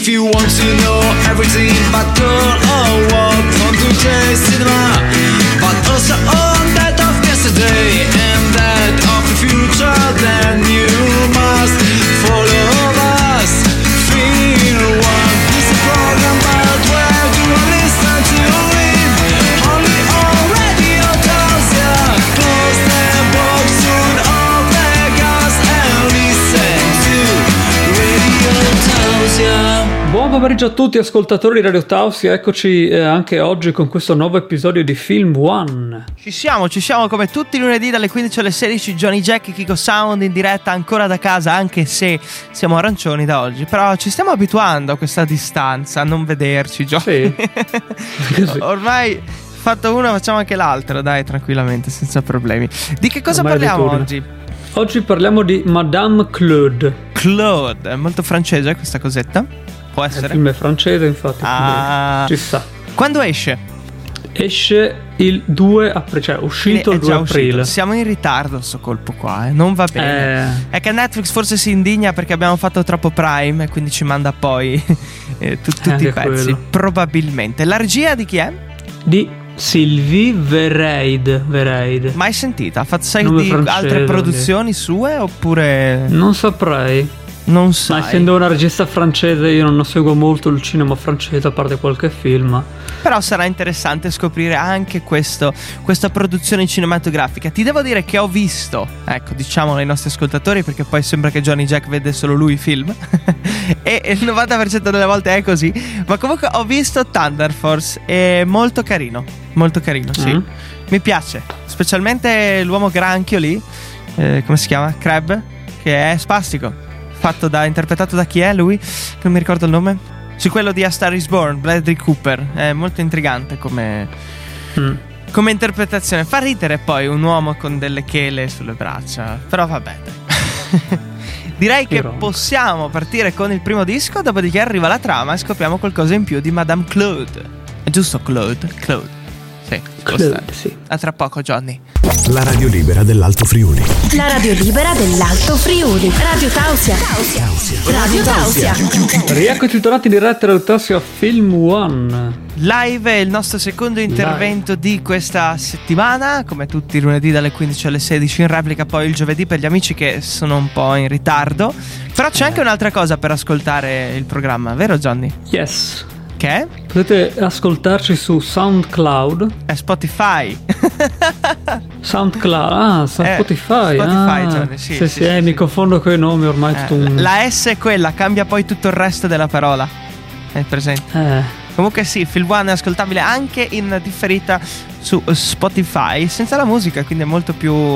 If you want to know everything about girl or what from today's cinema, but also on that of yesterday and that of the future, then you must follow us. Feel one. This is a program about where do you listen to it? Only on Radio Tausia. Close the box, soon open gas and listen to Radio Tausia. Buon pomeriggio a tutti ascoltatori di Radio Tausia, eccoci anche oggi con questo nuovo episodio di Film One. Ci siamo come tutti i lunedì dalle 15 alle 16, Johnny Jack e Kiko Sound in diretta ancora da casa, anche se siamo arancioni da oggi, però ci stiamo abituando a questa distanza, a non vederci, Johnny. Sì. Ormai fatto una facciamo anche l'altra, dai, tranquillamente, senza problemi. Di che cosa Ormai parliamo oggi? Oggi parliamo di Madame Claude. Claude, è molto francese questa cosetta? Può essere? Il film è francese, infatti, ci sta. Quando esce? Esce il 2 aprile, cioè è uscito il 2 aprile. Uscito. Siamo in ritardo sto colpo qua, non va bene. È che Netflix forse si indigna perché abbiamo fatto troppo Prime e quindi ci manda poi tutti i pezzi, quello. Probabilmente. La regia di chi è? Di Sylvie Vereid. Mai sentita? Sai di altre produzioni sue oppure? Non saprei. Non sai. Ma essendo una regista francese io non seguo molto il cinema francese a parte qualche film. Però sarà interessante scoprire anche questa produzione cinematografica. Ti devo dire che ho visto, ecco, diciamolo ai nostri ascoltatori perché poi sembra che Johnny Jack vede solo lui i film e il 90% delle volte è così. Ma comunque ho visto Thunder Force, è molto carino, sì. Mi piace, specialmente l'uomo granchio lì, come si chiama? Crab, che è spastico. Interpretato da chi è lui? Non mi ricordo il nome. Sì, quello di A Star Is Born, Bradley Cooper. È molto intrigante come interpretazione. Fa ridere poi un uomo con delle chele sulle braccia. Però vabbè, dai. Direi che possiamo partire con il primo disco, dopodiché arriva la trama e scopriamo qualcosa in più di Madame Claude. È giusto Claude? Sì, Claude, sì. A tra poco, Johnny. La radio libera dell'Alto Friuli. La radio libera dell'Alto Friuli. Radio Tausia. Radio Tausia. Rieccoci tornati in diretta Radio Tausia Film One. Live è il nostro secondo intervento di questa settimana, come tutti i lunedì dalle 15 alle 16, in replica poi il giovedì per gli amici che sono un po' in ritardo. Però c'è anche un'altra cosa per ascoltare il programma, vero Johnny? Yes. Che? Potete ascoltarci su SoundCloud e Spotify. SoundCloud, Spotify. Johnny, sì, mi confondo con i nomi ormai. La S è quella, cambia poi tutto il resto della parola. È presente? Comunque sì, Film One è ascoltabile anche in differita su Spotify senza la musica, quindi è molto più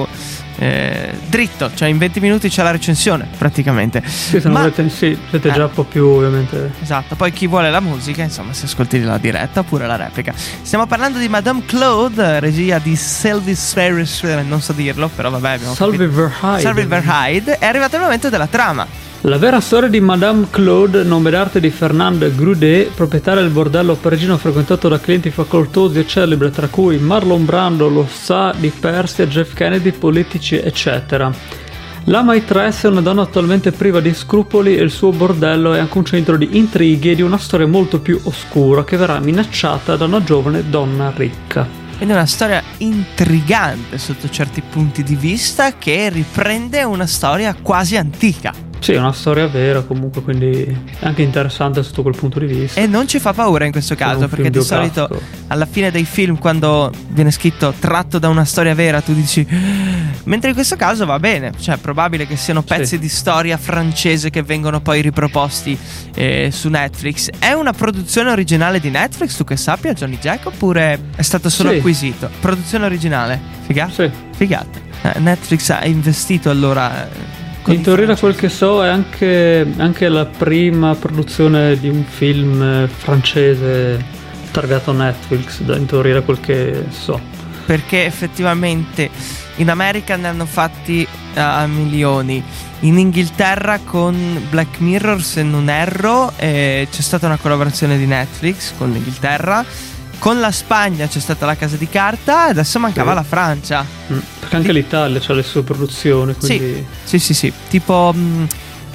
dritto, cioè in 20 minuti c'è la recensione praticamente. Sì, se non volete, siete già un po' più ovviamente. Esatto, poi chi vuole la musica, insomma, si ascolti la diretta oppure la replica. Stiamo parlando di Madame Claude, regia di Sylvie Vereid, non so dirlo, però vabbè, abbiamo Sylvie Vereid. È arrivato il momento della trama. La vera storia di Madame Claude, nome d'arte di Fernande Grudet, proprietaria del bordello parigino frequentato da clienti facoltosi e celebri, tra cui Marlon Brando, lo Shah di Persia, Jeff Kennedy, politici, eccetera. La maitressa è una donna attualmente priva di scrupoli e il suo bordello è anche un centro di intrighi e di una storia molto più oscura che verrà minacciata da una giovane donna ricca. Quindi è una storia intrigante sotto certi punti di vista che riprende una storia quasi antica. Sì, è una storia vera comunque, quindi è anche interessante sotto quel punto di vista. E non ci fa paura in questo caso, perché di solito alla fine dei film, quando viene scritto tratto da una storia vera, tu dici, mentre in questo caso va bene, cioè è probabile che siano pezzi di storia francese che vengono poi riproposti su Netflix. È una produzione originale di Netflix, tu che sappia, Johnny Jack, oppure è stato solo acquisito? Produzione originale, figata? Sì. Figata. Netflix ha investito allora. In teoria, da quel che so, è anche la prima produzione di un film francese targato Netflix, in teoria, da quel che so. Perché effettivamente in America ne hanno fatti a milioni. In Inghilterra con Black Mirror, se non erro, c'è stata una collaborazione di Netflix con l'Inghilterra. Con la Spagna c'è stata La Casa di Carta e adesso mancava la Francia. Perché anche l'Italia ha le sue produzioni, quindi... Sì. Tipo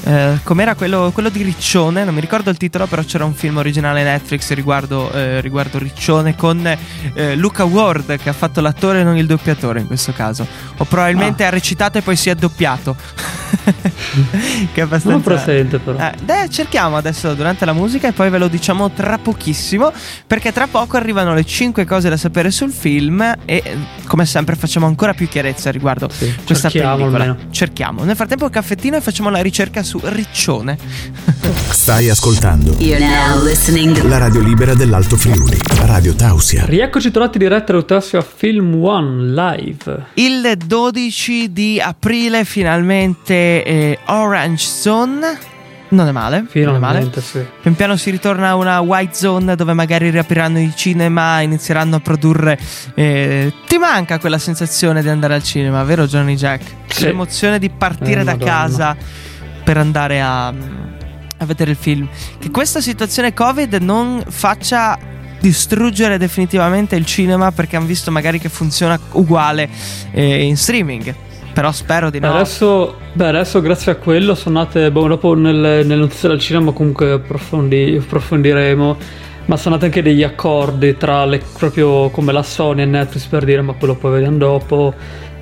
com'era quello di Riccione, non mi ricordo il titolo, però c'era un film originale Netflix riguardo Riccione con Luca Ward, che ha fatto l'attore e non il doppiatore in questo caso, o probabilmente ha recitato e poi si è doppiato. Che è abbastanza... Non presente però. Cerchiamo adesso durante la musica e poi ve lo diciamo tra pochissimo, perché tra poco arrivano le 5 cose da sapere sul film e come sempre facciamo ancora più chiarezza riguardo questa pellicola. Almeno. Cerchiamo. Nel frattempo il caffettino e facciamo la ricerca su Riccione. Stai ascoltando la radio libera dell'Alto Friuli, Radio Tausia. Rieccoci tornati diretta a Tausia Film One Live. Il 12 di aprile finalmente Orange Zone. Non è male. Finalmente, sì. Pian piano si ritorna a una white zone dove magari riapriranno i cinema, inizieranno a produrre. Ti manca quella sensazione di andare al cinema, vero Johnny Jack? Sì. L'emozione di partire da casa per andare a vedere il film. Che questa situazione Covid non faccia distruggere definitivamente il cinema, perché hanno visto magari che funziona uguale in streaming. Però spero di no. Adesso grazie a quello sono nate, dopo nelle notizie del cinema comunque approfondiremo, ma sono nati anche degli accordi tra proprio come la Sony e Netflix, per dire, ma quello poi vediamo dopo.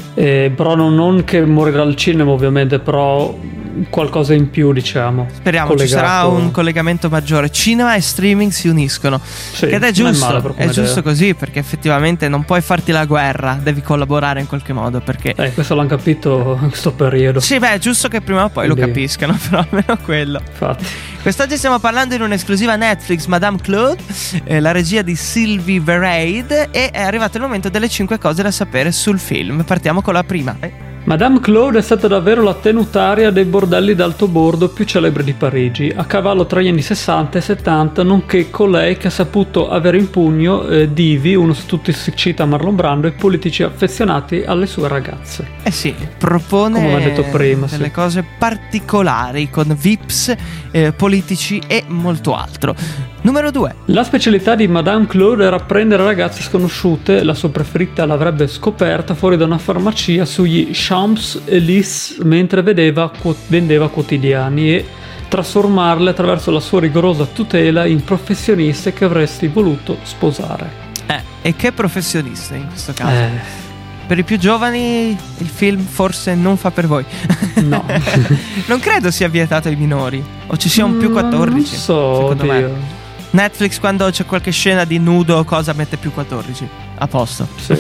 Però non che morirà il cinema ovviamente, però qualcosa in più, diciamo. Speriamo collegato. Ci sarà un collegamento maggiore. Cinema e streaming si uniscono, sì, ed è giusto, è giusto così, perché effettivamente non puoi farti la guerra, devi collaborare in qualche modo, perché questo l'hanno capito in questo periodo. Sì, è giusto che prima o poi lo capiscano, però almeno quello. Infatti. Quest'oggi stiamo parlando in un'esclusiva Netflix, Madame Claude, la regia di Sylvie Vereid, e è arrivato il momento delle 5 cose da sapere sul film. Partiamo con la prima. Madame Claude è stata davvero la tenutaria dei bordelli d'alto bordo più celebri di Parigi, a cavallo tra gli anni 60 e 70, nonché colei che ha saputo avere in pugno divi, uno su tutti si cita Marlon Brando, e politici affezionati alle sue ragazze. Sì, propone, come ho detto prima, delle cose particolari con vips, politici e molto altro. Numero 2. La specialità di Madame Claude era prendere ragazze sconosciute, la sua preferita l'avrebbe scoperta fuori da una farmacia sugli Champs-Élysées mentre vendeva quotidiani, e trasformarle attraverso la sua rigorosa tutela in professioniste che avresti voluto sposare. E che professioniste in questo caso? Per i più giovani il film forse non fa per voi. No. Non credo sia vietato ai minori, o ci sia un più 14. Non so, secondo me. Netflix, quando c'è qualche scena di nudo o cosa, mette più 14. A posto. Sì.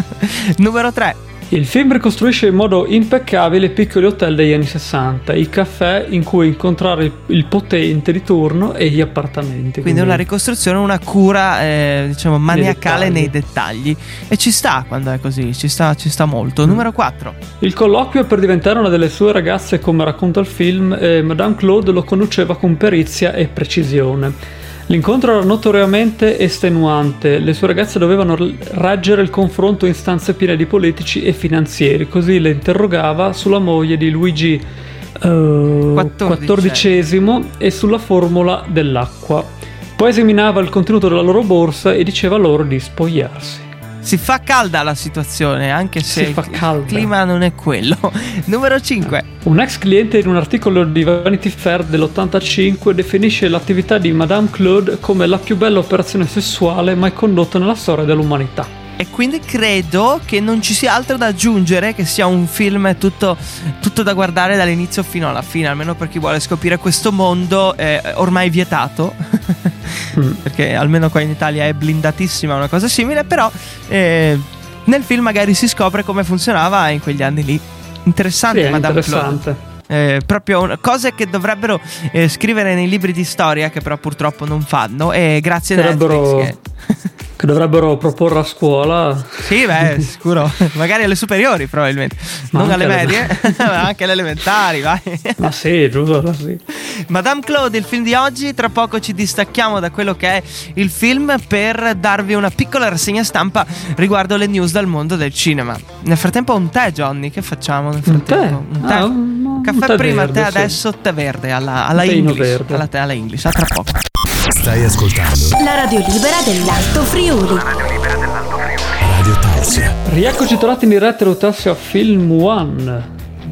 Numero 3. Il film ricostruisce in modo impeccabile i piccoli hotel degli anni 60, i caffè in cui incontrare il potente di turno e gli appartamenti. Quindi una ricostruzione, una cura diciamo maniacale nei dettagli. dettagli. E ci sta quando è così, ci sta molto. Numero 4. Il colloquio per diventare una delle sue ragazze, come racconta il film, Madame Claude lo conduceva con perizia e precisione. L'incontro era notoriamente estenuante, le sue ragazze dovevano reggere il confronto in stanze piene di politici e finanzieri, così le interrogava sulla moglie di Luigi XIV e sulla formula dell'acqua. Poi esaminava il contenuto della loro borsa e diceva loro di spogliarsi. Si fa calda la situazione, anche se il clima non è quello. Numero 5. Un ex cliente in un articolo di Vanity Fair dell'85 definisce l'attività di Madame Claude come la più bella operazione sessuale mai condotta nella storia dell'umanità. E quindi credo che non ci sia altro da aggiungere, che sia un film tutto da guardare dall'inizio fino alla fine, almeno per chi vuole scoprire questo mondo ormai vietato. Perché almeno qua in Italia è blindatissima una cosa simile, però nel film magari si scopre come funzionava in quegli anni lì. Interessante, sì, Madame interessante. Claude. Proprio cose che dovrebbero scrivere nei libri di storia, che però purtroppo non fanno, e grazie a Netflix che dovrebbero proporre a scuola. Sì, sicuro. Magari alle superiori probabilmente, non alle medie, ma anche alle elementari, vai. Ma sì, giusto, sì. Madame Claude, il film di oggi. Tra poco ci distacchiamo da quello che è il film per darvi una piccola rassegna stampa riguardo le news dal mondo del cinema. Nel frattempo un tè, Johnny, che facciamo nel frattempo? Un tè? Caffè un tè prima, verde, tè adesso, tè verde alla English, verde. Alla English, a tra poco. Stai ascoltando la radio libera dell'Alto Friuli. Radio Tausia. Rieccoci tornati in diretta a Tausia Film One.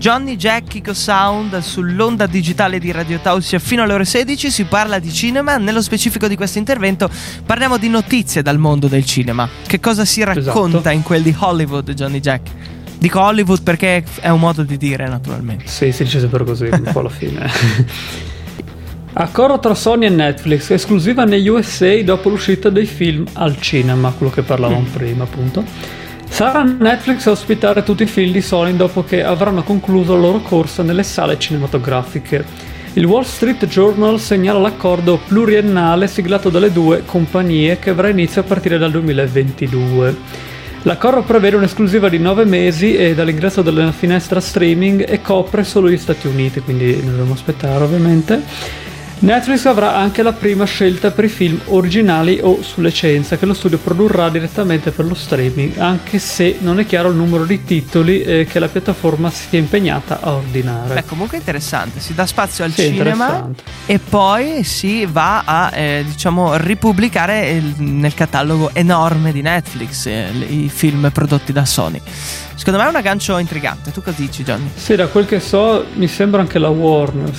Johnny Jack, Kiko Sound sull'onda digitale di Radio Tausia fino alle ore 16. Si parla di cinema. Nello specifico di questo intervento parliamo di notizie dal mondo del cinema. Che cosa si racconta in quel di Hollywood, Johnny Jack? Dico Hollywood perché è un modo di dire, naturalmente. Sì, si dice sempre così, un po' alla fine. Accordo tra Sony e Netflix, esclusiva negli USA dopo l'uscita dei film al cinema, quello che parlavamo prima, appunto. Sarà Netflix a ospitare tutti i film di Sony dopo che avranno concluso la loro corsa nelle sale cinematografiche. Il Wall Street Journal segnala l'accordo pluriennale siglato dalle due compagnie che avrà inizio a partire dal 2022. L'accordo prevede un'esclusiva di 9 mesi e dall'ingresso della finestra streaming e copre solo gli Stati Uniti, quindi ne dobbiamo aspettare ovviamente. Netflix avrà anche la prima scelta per i film originali o su licenza che lo studio produrrà direttamente per lo streaming, anche se non è chiaro il numero di titoli che la piattaforma si è impegnata a ordinare. Beh, comunque interessante, si dà spazio al cinema e poi si va a ripubblicare nel catalogo enorme di Netflix i film prodotti da Sony. Secondo me è un aggancio intrigante. Tu cosa dici, Johnny? Sì, da quel che so mi sembra anche la Warner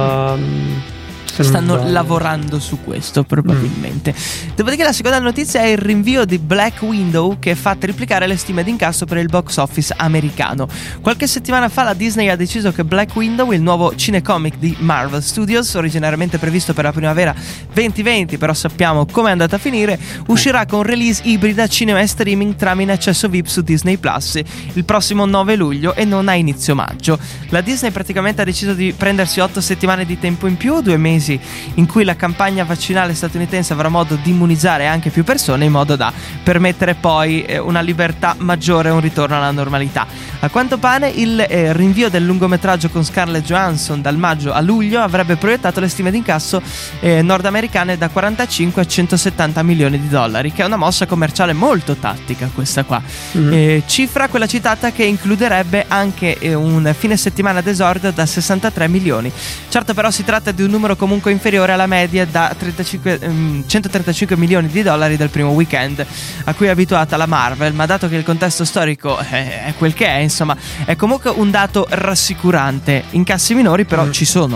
stanno lavorando su questo probabilmente. Dopodiché la seconda notizia è il rinvio di Black Widow, che fa triplicare le stime d'incasso per il box office americano. Qualche settimana fa la Disney ha deciso che Black Widow, il nuovo cinecomic di Marvel Studios, originariamente previsto per la primavera 2020, però sappiamo come è andata a finire, uscirà con release ibrida cinema e streaming tramite accesso VIP su Disney Plus il prossimo 9 luglio e non a inizio maggio. La Disney praticamente ha deciso di prendersi 8 settimane di tempo in più, 2 mesi in cui la campagna vaccinale statunitense avrà modo di immunizzare anche più persone, in modo da permettere poi una libertà maggiore e un ritorno alla normalità. A quanto pare il rinvio del lungometraggio con Scarlett Johansson dal maggio a luglio avrebbe proiettato le stime d'incasso nordamericane da 45 a 170 milioni di dollari, che è una mossa commerciale molto tattica questa qua. Cifra quella citata che includerebbe anche un fine settimana d'esordio da 63 milioni. Certo, però si tratta di un numero comunque inferiore alla media da 135 milioni di dollari del primo weekend a cui è abituata la Marvel, ma dato che il contesto storico è quel che è, insomma, è comunque un dato rassicurante. Incassi minori però ci sono.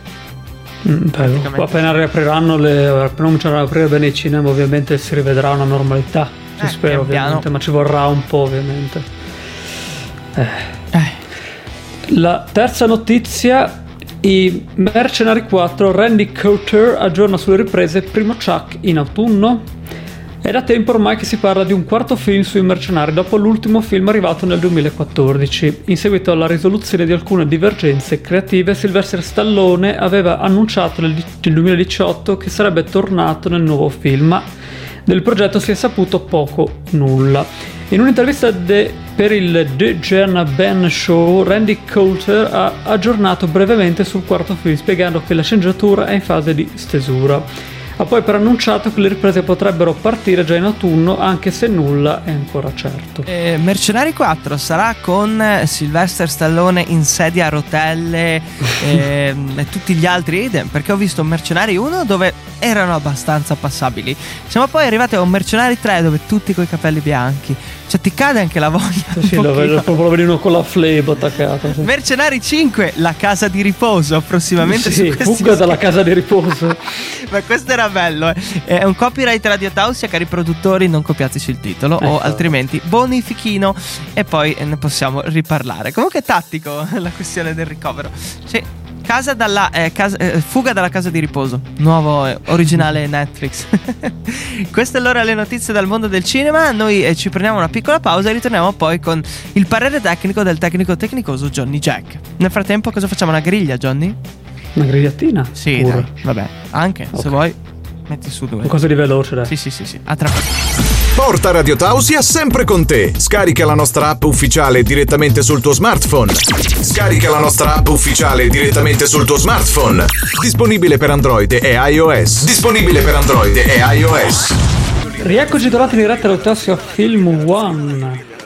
Appena riapriranno appena cominceranno ad aprire bene i cinema, ovviamente si rivedrà una normalità, ci spero ovviamente, ma ci vorrà un po' ovviamente. La terza notizia: i Mercenari 4, Randy Couture aggiorna sulle riprese primo Chuck in autunno. È da tempo ormai che si parla di un quarto film sui mercenari dopo l'ultimo film arrivato nel 2014. In seguito alla risoluzione di alcune divergenze creative, Sylvester Stallone aveva annunciato nel 2018 che sarebbe tornato nel nuovo film, ma del progetto si è saputo poco o nulla. In un'intervista per il The Jen Ben Show, Randy Couture ha aggiornato brevemente sul quarto film, spiegando che la sceneggiatura è in fase di stesura. Ha poi annunciato che le riprese potrebbero partire già in autunno, anche se nulla è ancora certo. Mercenari 4 sarà con Sylvester Stallone in sedia a rotelle e tutti gli altri idem, perché ho visto Mercenari 1 dove erano abbastanza passabili. Siamo poi arrivati a un Mercenari 3 dove tutti coi capelli bianchi. Cioè ti cade anche la voglia. Sì, lo vedo proprio venire con la flebo attaccata. Sì. Mercenari 5, la casa di riposo, prossimamente sì, fuga dalla casa di riposo. Ma questo era bello, È un copyright Radio Tausia, cari produttori, non copiateci il titolo, o altrimenti bonifichino e poi ne possiamo riparlare. Comunque è tattico la questione del ricovero. Sì. Fuga dalla casa di riposo, nuovo originale Netflix. Queste allora le notizie dal mondo del cinema. Noi ci prendiamo una piccola pausa e ritorniamo poi con il parere tecnico del tecnico tecnicoso Johnny Jack. Nel frattempo cosa facciamo? Una griglia, Johnny? Una grigliatina? Sì, dai, vabbè, anche se vuoi metti su 2. Qualcosa di veloce, dai. Sì. A tra poco. Porta Radio Tausia sempre con te. Scarica la nostra app ufficiale direttamente sul tuo smartphone. Disponibile per Android e iOS. Rieccoci tornati in diretta allo Tausia Film One.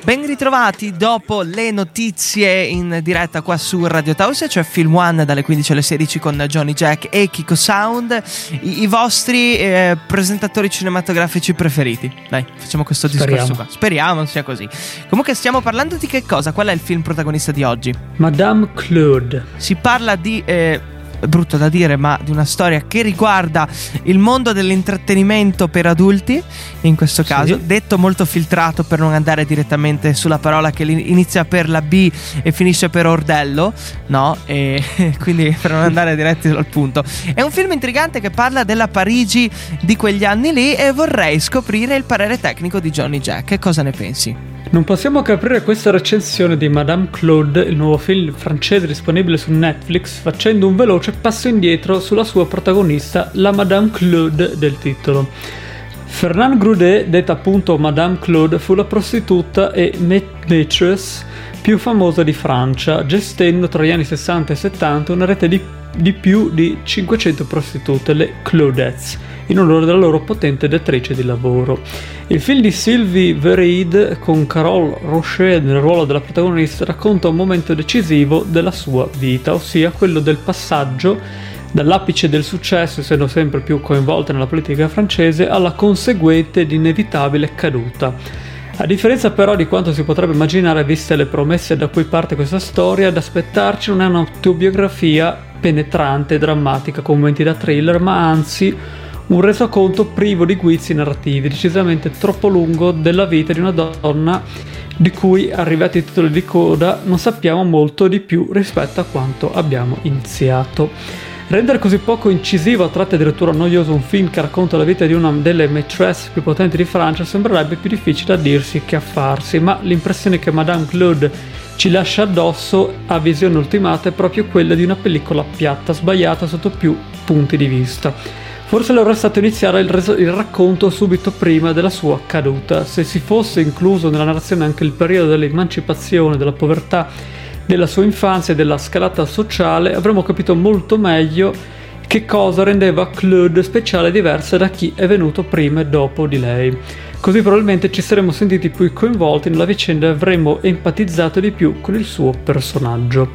Ben ritrovati dopo le notizie in diretta qua su Radio Tausia, cioè Film One dalle 15 alle 16 con Johnny Jack e Kiko Sound, i vostri presentatori cinematografici preferiti. Dai, facciamo questo discorso qua. Speriamo sia così. Comunque stiamo parlando di che cosa? Qual è il film protagonista di oggi? Madame Claude. Si parla di... brutto da dire, ma di una storia che riguarda il mondo dell'intrattenimento per adulti, in questo caso, detto molto filtrato per non andare direttamente sulla parola che inizia per la B e finisce per ordello, no? E quindi per non andare diretti al punto. È un film intrigante che parla della Parigi di quegli anni lì e vorrei scoprire il parere tecnico di Johnny Jack. Che cosa ne pensi? Non possiamo che aprire questa recensione di Madame Claude, il nuovo film francese disponibile su Netflix, facendo un veloce passo indietro sulla sua protagonista, la Madame Claude del titolo. Fernande Groudet, detta appunto Madame Claude, fu la prostituta e maîtresse più famosa di Francia, gestendo tra gli anni 60 e 70 una rete di più di 500 prostitute, le Claudettes, in onore della loro potente datrice di lavoro. Il film di Sylvie Vereid, con Carole Rocher nel ruolo della protagonista, racconta un momento decisivo della sua vita, ossia quello del passaggio dall'apice del successo, essendo sempre più coinvolta nella politica francese, alla conseguente ed inevitabile caduta. A differenza però di quanto si potrebbe immaginare viste le promesse da cui parte questa storia, ad aspettarci non è un'autobiografia penetrante e drammatica con momenti da thriller, ma anzi un resoconto privo di guizzi narrativi, decisamente troppo lungo della vita di una donna di cui, arrivati ai titoli di coda, non sappiamo molto di più rispetto a quanto abbiamo iniziato. Rendere così poco incisivo, a tratti addirittura noioso, un film che racconta la vita di una delle maîtresse più potenti di Francia sembrerebbe più difficile a dirsi che a farsi, ma l'impressione che Madame Claude ci lascia addosso a visione ultimata è proprio quella di una pellicola piatta, sbagliata sotto più punti di vista. Forse allora è stato iniziare il racconto subito prima della sua caduta. Se si fosse incluso nella narrazione anche il periodo dell'emancipazione, della povertà, della sua infanzia e della scalata sociale, avremmo capito molto meglio che cosa rendeva Claude speciale e diversa da chi è venuto prima e dopo di lei. Così probabilmente ci saremmo sentiti più coinvolti nella vicenda e avremmo empatizzato di più con il suo personaggio.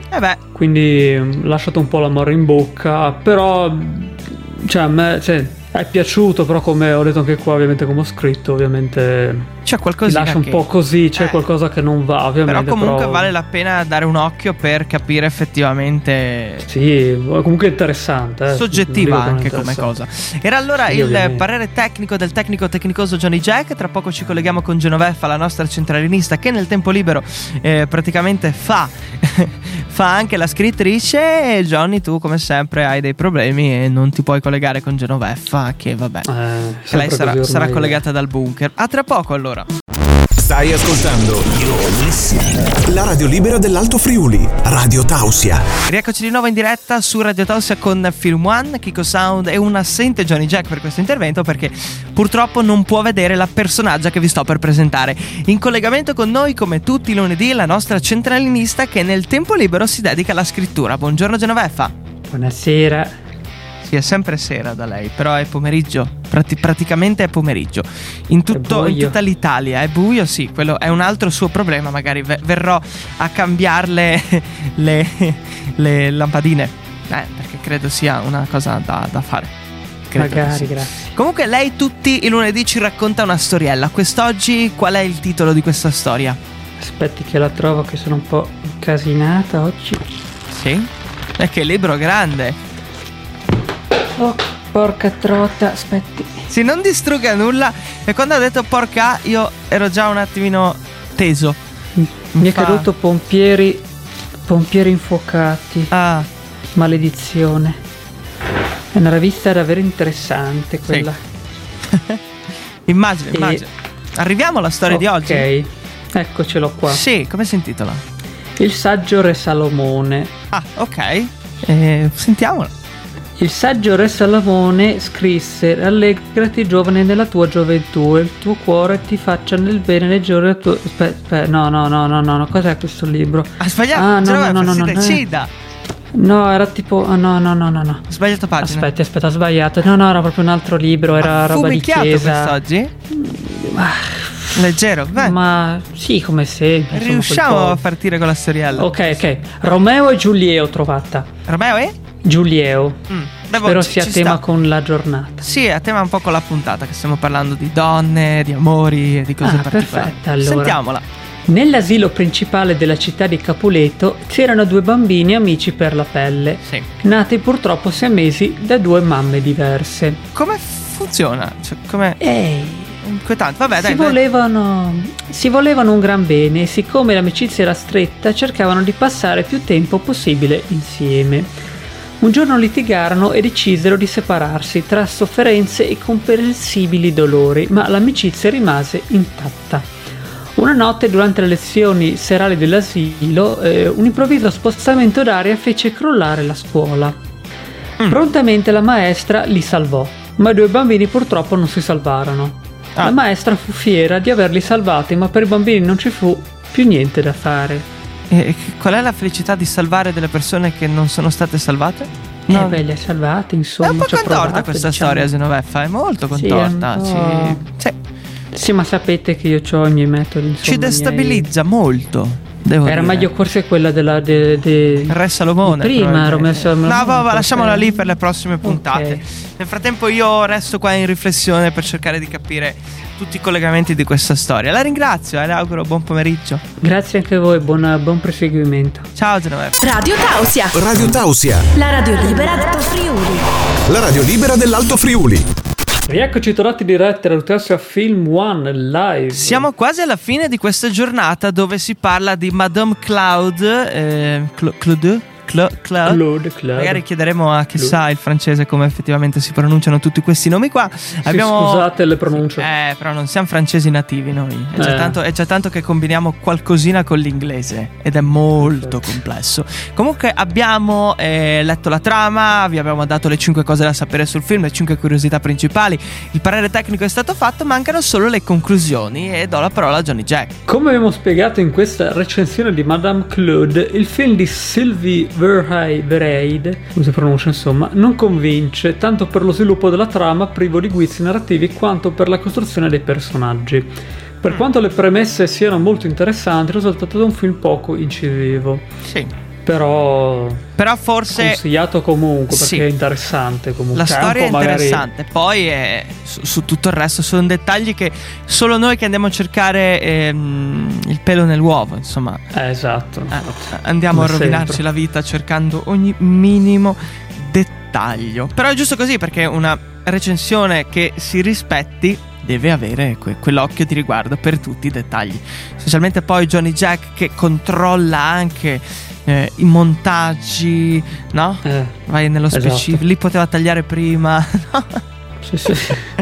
Quindi lasciato un po' l'amore in bocca, però cioè a me è piaciuto, però come ho detto anche qua, ovviamente come ho scritto, ovviamente c'è qualcosa lascia un po' così, c'è qualcosa che non va, ovviamente. Però comunque vale la pena dare un occhio per capire effettivamente. Sì, comunque interessante, soggettiva anche come cosa. Era allora il parere tecnico del tecnico tecnicoso Johnny Jack. Tra poco ci colleghiamo con Genoveffa, la nostra centralinista, che nel tempo libero praticamente fa anche la scrittrice. E Johnny, tu come sempre hai dei problemi e non ti puoi collegare con Genoveffa, che vabbè, lei sarà collegata dal bunker. A tra poco allora. Stai ascoltando la radio libera dell'Alto Friuli, Radio Tausia. Rieccoci di nuovo in diretta su Radio Tausia con Film One, Kiko Sound e un assente Johnny Jack per questo intervento, perché purtroppo non può vedere la personaggia che vi sto per presentare. In collegamento con noi, come tutti i lunedì, la nostra centralinista che nel tempo libero si dedica alla scrittura. Buongiorno Genoveffa. Buonasera. Sì, è sempre sera da lei, però è pomeriggio, praticamente è pomeriggio. In tutta l'Italia è buio, sì, quello è un altro suo problema, magari verrò a cambiarle le lampadine, perché credo sia una cosa da fare. Magari, grazie. Comunque lei tutti i lunedì ci racconta una storiella. Quest'oggi qual è il titolo di questa storia? Aspetti che la trovo, che sono un po' incasinata oggi. Sì? E che libro grande. Oh, porca trota, aspetti. Sì, non distrugga nulla. E quando ha detto porca, io ero già un attimino teso. Mi è caduto pompieri infuocati. Maledizione. È una rivista davvero interessante quella. Sì. Immagino. Arriviamo alla storia di oggi. Ok, eccocelo qua. Sì, come si intitola? Il saggio Re Salomone. Ok. Sentiamolo. Il saggio Re Salomone scrisse: rallegrati giovane nella tua gioventù, e il tuo cuore ti faccia nel bene nei giorni del tuo... Aspetta, no, cos'è questo libro? Ha sbagliato? No, decida. No, era tipo... no. Sbagliato pagina. Aspetta, ho sbagliato. No, era proprio un altro libro, era roba di chiesa. Quest'oggi? Leggero, beh. Ma sì, come sempre. insomma, Riusciamo quel po'. a partire con la storiella. Ok. Romeo e Giulieo trovata. Romeo e? Giulieo. Spero sia a ci tema sta. con la giornata. Sì, a tema un po' con la puntata, che stiamo parlando di donne, di amori e di cose particolari. Perfetto, allora. Sentiamola. Nell'asilo principale della città di Capuleto c'erano 2 bambini amici per la pelle, Sì. nati purtroppo siamesi da 2 mamme diverse. Come funziona? Cioè, come Ehi, inquietante. Vabbè, dai. si volevano un gran bene e siccome l'amicizia era stretta cercavano di passare più tempo possibile insieme. Un giorno litigarono e decisero di separarsi tra sofferenze e comprensibili dolori, ma l'amicizia rimase intatta. Una notte, durante le lezioni serali dell'asilo, un improvviso spostamento d'aria fece crollare la scuola. Prontamente la maestra li salvò, ma i 2 bambini purtroppo non si salvarono. La maestra fu fiera di averli salvati, ma per i bambini non ci fu più niente da fare. E qual è la felicità di salvare delle persone che non sono state salvate? No. Beh, li ha salvati, insomma. È un po' ci ho contorta provato, questa diciamo. storia, Genoveffa, è molto Sì, contorta. è un po'. Sì. Sì, ma sapete che io ho i miei metodi, insomma. Ci destabilizza molto, devo Era dire. meglio forse quella della Re Salomone prima, probabilmente. Romeo Salomone. No, vabbè, forse. lasciamola lì per le prossime puntate. Ok. Nel frattempo io resto qua in riflessione per cercare di capire tutti i collegamenti di questa storia. La ringrazio e le auguro buon pomeriggio. Grazie anche a voi, buon proseguimento. Ciao Genoveffa. Radio Tausia, Radio Tausia, la radio libera d'Alto Friuli. la radio libera dell'Alto Friuli. Rieccoci tornati diretti alla Tausia Film One live. Siamo quasi alla fine di questa giornata dove si parla di Madame Claude. Claude. Magari chiederemo a chissà il francese come effettivamente si pronunciano tutti questi nomi qua. Scusate le pronunce. Però non siamo francesi nativi noi. È già tanto che combiniamo qualcosina con l'inglese ed è molto complesso. Comunque abbiamo letto la trama, vi abbiamo dato le 5 cose da sapere sul film, le 5 curiosità principali. Il parere tecnico è stato fatto, mancano solo le conclusioni e do la parola a Johnny Jack. Come abbiamo spiegato in questa recensione di Madame Claude, il film di Sylvie Vereid, come si pronuncia insomma, non convince tanto per lo sviluppo della trama privo di guizzi narrativi quanto per la costruzione dei personaggi. Per quanto le premesse siano molto interessanti, è risultato un film poco incisivo. Sì. Però forse consigliato comunque perché sì, è interessante comunque. la storia è un po' magari interessante. Poi su tutto il resto sono dettagli che solo noi che andiamo a cercare il pelo nell'uovo, insomma. Esatto. Andiamo a Come rovinarci sempre. la vita cercando ogni minimo dettaglio. Però è giusto così, perché una recensione che si rispetti deve avere quell'occhio di riguardo per tutti i dettagli. Specialmente poi Johnny Jack che controlla anche i montaggi, no? Vai nello specifico. Esatto. Lì poteva tagliare prima, no? Sì.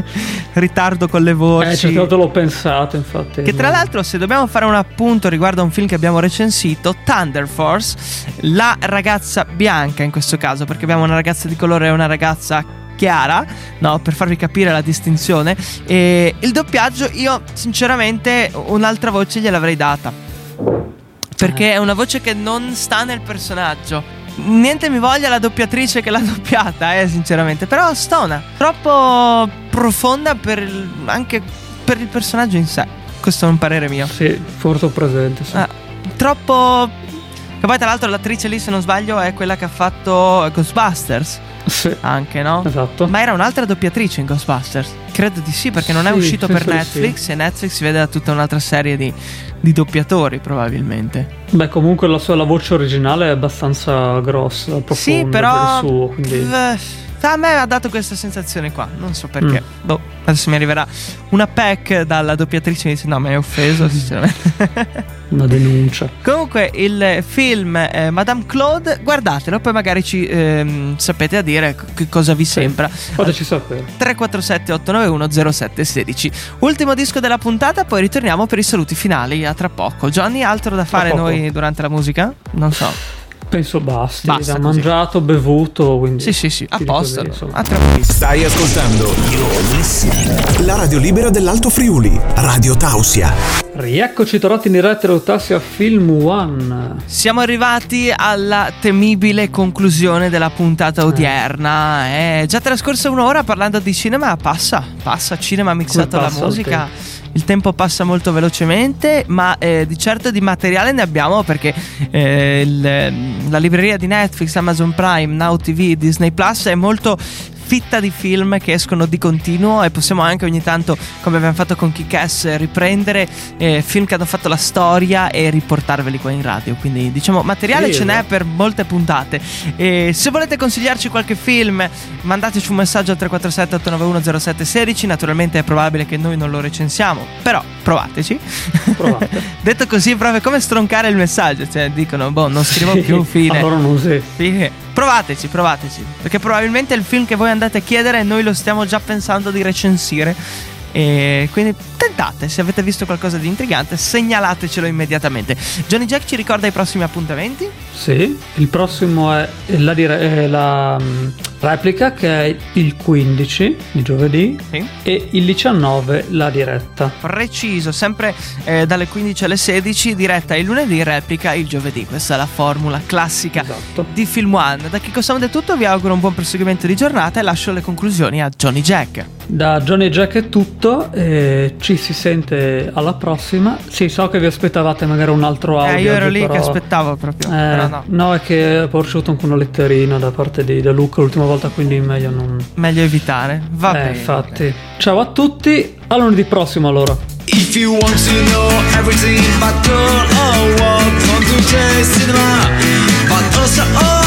Ritardo con le voci. L'ho pensato, infatti. Che tra l'altro, se dobbiamo fare un appunto riguardo a un film che abbiamo recensito, Thunder Force, la ragazza bianca in questo caso, perché abbiamo una ragazza di colore e una ragazza chiara, no, per farvi capire la distinzione. E il doppiaggio io sinceramente un'altra voce gliel'avrei data, perché è una voce che non sta nel personaggio. Niente mi voglia la doppiatrice che l'ha doppiata, sinceramente. Però stona, troppo profonda anche per il personaggio in sé. Questo è un parere mio. Sì, forse ho presente, sì. Troppo. Che poi tra l'altro l'attrice lì, se non sbaglio, è quella che ha fatto Ghostbusters. Sì. Anche, no? Esatto. Ma era un'altra doppiatrice in Ghostbusters. Credo di sì, perché non è Sì, uscito sì, per sì, Netflix. sì. E Netflix si vede da tutta un'altra serie di doppiatori, probabilmente. Beh, comunque la voce originale è abbastanza grossa, profonda. Sì, però per il suo, quindi. a me ha dato questa sensazione qua. Non so perché. Adesso mi arriverà una pack dalla doppiatrice e mi dice: no, mi hai offeso, sinceramente. Una denuncia. Comunque il film Madame Claude, guardatelo, poi magari ci sapete a dire che cosa vi sembra. Fateci sapere. 347 891 0716. Ultimo disco della puntata, poi ritorniamo per i saluti finali a tra poco. Johnny, altro da fare poco. noi durante la musica? Non so. Penso basti. Basta Ha così. mangiato, bevuto, quindi. Sì, a Sì, posto. così, insomma. A tra pochissimo. Stai ascoltando la radio libera dell'Alto Friuli, Radio Tausia. Rieccoci tornati in diretta alla Tausia Film One. Siamo arrivati alla temibile conclusione della puntata odierna. È già trascorsa un'ora parlando di cinema. Passa cinema mixato Come alla passa il musica. il tempo passa molto velocemente, ma di certo di materiale ne abbiamo, perché la libreria di Netflix, Amazon Prime, Now TV, Disney Plus è molto fitta di film che escono di continuo, e possiamo anche ogni tanto, come abbiamo fatto con Kick-Ass, riprendere film che hanno fatto la storia e riportarveli qua in radio. Quindi diciamo materiale ce n'è per molte puntate. E se volete consigliarci qualche film, mandateci un messaggio al 347 891 0716. Naturalmente è probabile che noi non lo recensiamo, però provateci. Provate. Detto così, proprio come stroncare il messaggio, cioè dicono non scrivo più, fine. Allora non sei. Fine. Provateci, perché probabilmente il film che voi andate a chiedere noi lo stiamo già pensando di recensire, e quindi tentate, se avete visto qualcosa di intrigante segnalatecelo immediatamente. Johnny Jack ci ricorda i prossimi appuntamenti? Sì, il prossimo è la replica, che è il 15 di giovedì, sì, e il 19 la diretta. Preciso, sempre dalle 15 alle 16, diretta il lunedì, replica il giovedì. Questa è la formula classica, esatto, di Film One. Da Chicco Sound è tutto, vi auguro un buon proseguimento di giornata e lascio le conclusioni a Johnny Jack. Da Johnny Jack è tutto, ci si sente alla prossima. Sì, so che vi aspettavate magari un altro audio. Io ero lì che aspettavo proprio, però no, è che ho ricevuto anche una letterina da parte di Luca l'ultima volta, quindi meglio evitare. Va bene. Infatti. Ciao a tutti, a lunedì prossimo allora. If you want to know everything about girl or what, come to the cinema, but also